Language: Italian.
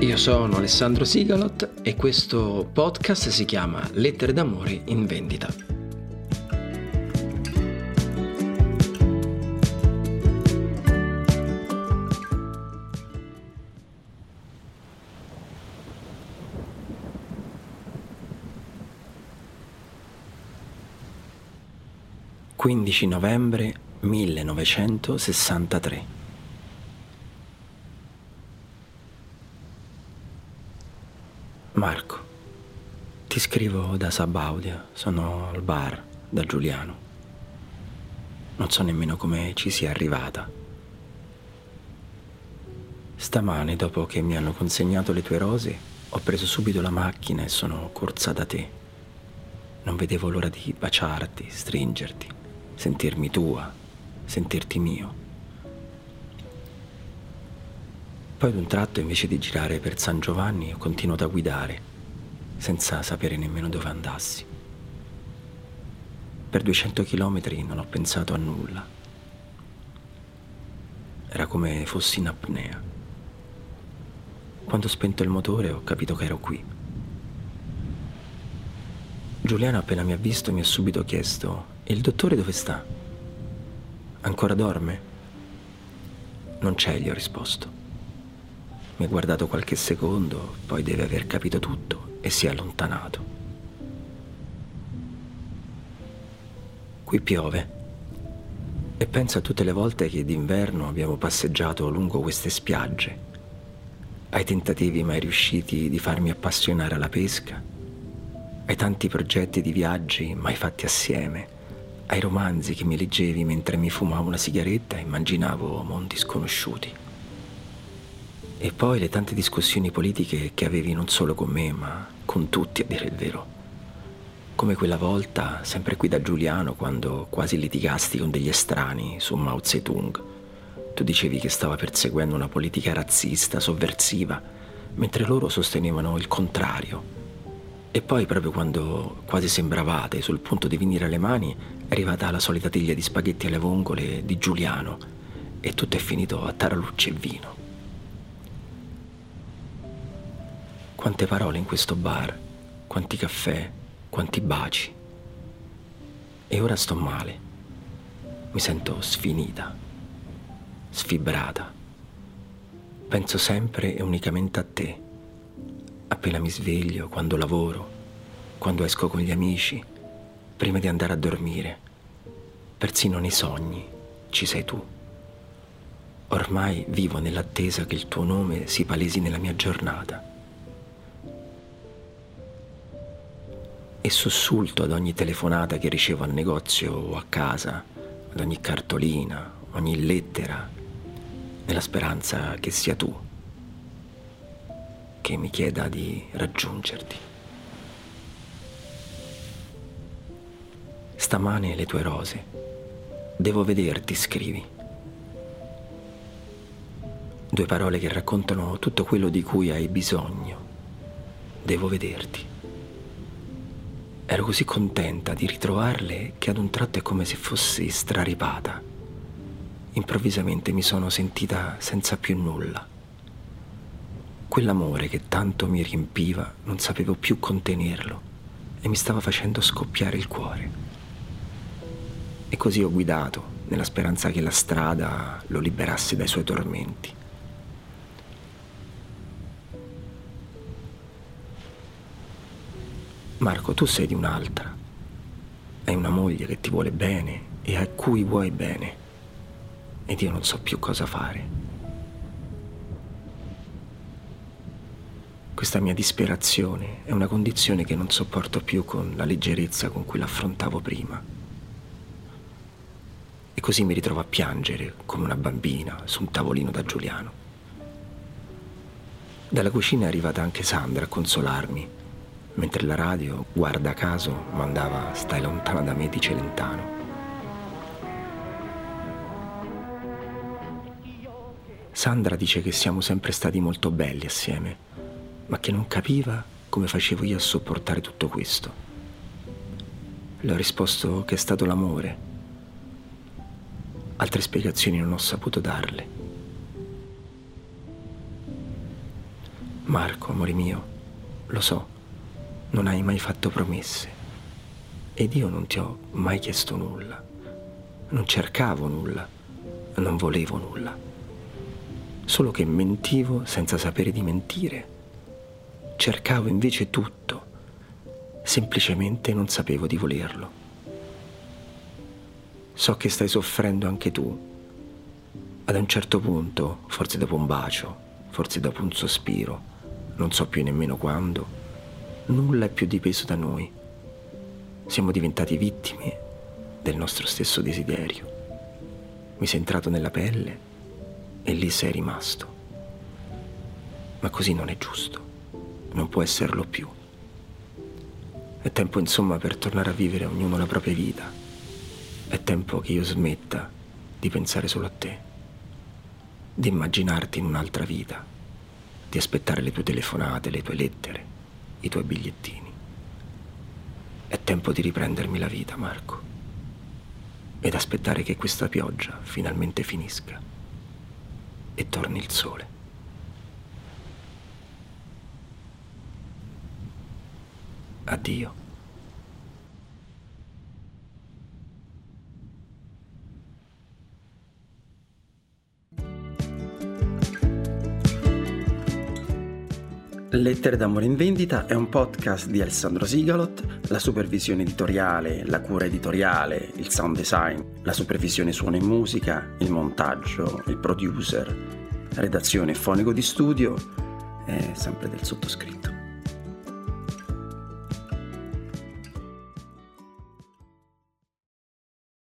Io sono Alessandro Sigalot e questo podcast si chiama Lettere d'amore in vendita. «15 novembre 1963. Marco, ti scrivo da Sabaudia, sono al bar da Giuliano. Non so nemmeno come ci sia arrivata. Stamane, dopo che mi hanno consegnato le tue rose, ho preso subito la macchina e sono corsa da te. Non vedevo l'ora di baciarti, stringerti, sentirmi tua, sentirti mio. Poi ad un tratto, invece di girare per San Giovanni, ho continuato a guidare, senza sapere nemmeno dove andassi. Per 200 chilometri non ho pensato a nulla. Era come fossi in apnea. Quando ho spento il motore ho capito che ero qui. Giuliano, appena mi ha visto, mi ha subito chiesto: «E il dottore dove sta? Ancora dorme?» «Non c'è», gli ho risposto. Mi ha guardato qualche secondo, poi deve aver capito tutto e si è allontanato. Qui piove e penso a tutte le volte che d'inverno abbiamo passeggiato lungo queste spiagge, ai tentativi mai riusciti di farmi appassionare alla pesca, ai tanti progetti di viaggi mai fatti assieme, ai romanzi che mi leggevi mentre mi fumavo una sigaretta e immaginavo mondi sconosciuti. E poi le tante discussioni politiche che avevi non solo con me, ma con tutti, a dire il vero. Come quella volta, sempre qui da Giuliano, quando quasi litigasti con degli estranei su Mao Zedong. Tu dicevi che stava perseguendo una politica razzista, sovversiva, mentre loro sostenevano il contrario. E poi, proprio quando quasi sembravate sul punto di venire alle mani, è arrivata la solita teglia di spaghetti alle vongole di Giuliano e tutto è finito a tarallucce e vino. Quante parole in questo bar, quanti caffè, quanti baci. E ora sto male. Mi sento sfinita, sfibrata. Penso sempre e unicamente a te. Appena mi sveglio, quando lavoro, quando esco con gli amici, prima di andare a dormire. Persino nei sogni ci sei tu. Ormai vivo nell'attesa che il tuo nome si palesi nella mia giornata. E sussulto ad ogni telefonata che ricevo al negozio o a casa, ad ogni cartolina, ogni lettera, nella speranza che sia tu che mi chieda di raggiungerti. Stamane le tue rose. Devo vederti, scrivi. 2 parole che raccontano tutto quello di cui hai bisogno. Devo vederti. Ero così contenta di ritrovarle che ad un tratto è come se fossi straripata. Improvvisamente mi sono sentita senza più nulla. Quell'amore che tanto mi riempiva non sapevo più contenerlo e mi stava facendo scoppiare il cuore. E così ho guidato, nella speranza che la strada lo liberasse dai suoi tormenti. Marco, tu sei di un'altra. Hai una moglie che ti vuole bene e a cui vuoi bene. Ed io non so più cosa fare. Questa mia disperazione è una condizione che non sopporto più con la leggerezza con cui l'affrontavo prima. E così mi ritrovo a piangere come una bambina su un tavolino da Giuliano. Dalla cucina è arrivata anche Sandra a consolarmi, mentre la radio, guarda caso, mandava «Stai lontana da me» di Celentano. Sandra dice che siamo sempre stati molto belli assieme, ma che non capiva come facevo io a sopportare tutto questo. Le ho risposto che è stato l'amore. Altre spiegazioni non ho saputo darle. Marco, amore mio, lo so, non hai mai fatto promesse ed io non ti ho mai chiesto nulla, non cercavo nulla, non volevo nulla, solo che mentivo senza sapere di mentire. Cercavo invece tutto, semplicemente non sapevo di volerlo. So che stai soffrendo anche tu. Ad un certo punto, forse dopo un bacio, forse dopo un sospiro, non so più nemmeno quando, nulla è più dipeso da noi. Siamo diventati vittime del nostro stesso desiderio. Mi sei entrato nella pelle e lì sei rimasto. Ma così non è giusto. Non può esserlo più. È tempo, insomma, per tornare a vivere ognuno la propria vita. È tempo che io smetta di pensare solo a te, di immaginarti in un'altra vita, di aspettare le tue telefonate, le tue lettere, i tuoi bigliettini. È tempo di riprendermi la vita, Marco, ed aspettare che questa pioggia finalmente finisca e torni il sole. Addio. Lettere d'amore in vendita è un podcast di Alessandro Sigalot, la supervisione editoriale, la cura editoriale, il sound design, la supervisione suono e musica, il montaggio, il producer, redazione e fonico di studio è sempre del sottoscritto.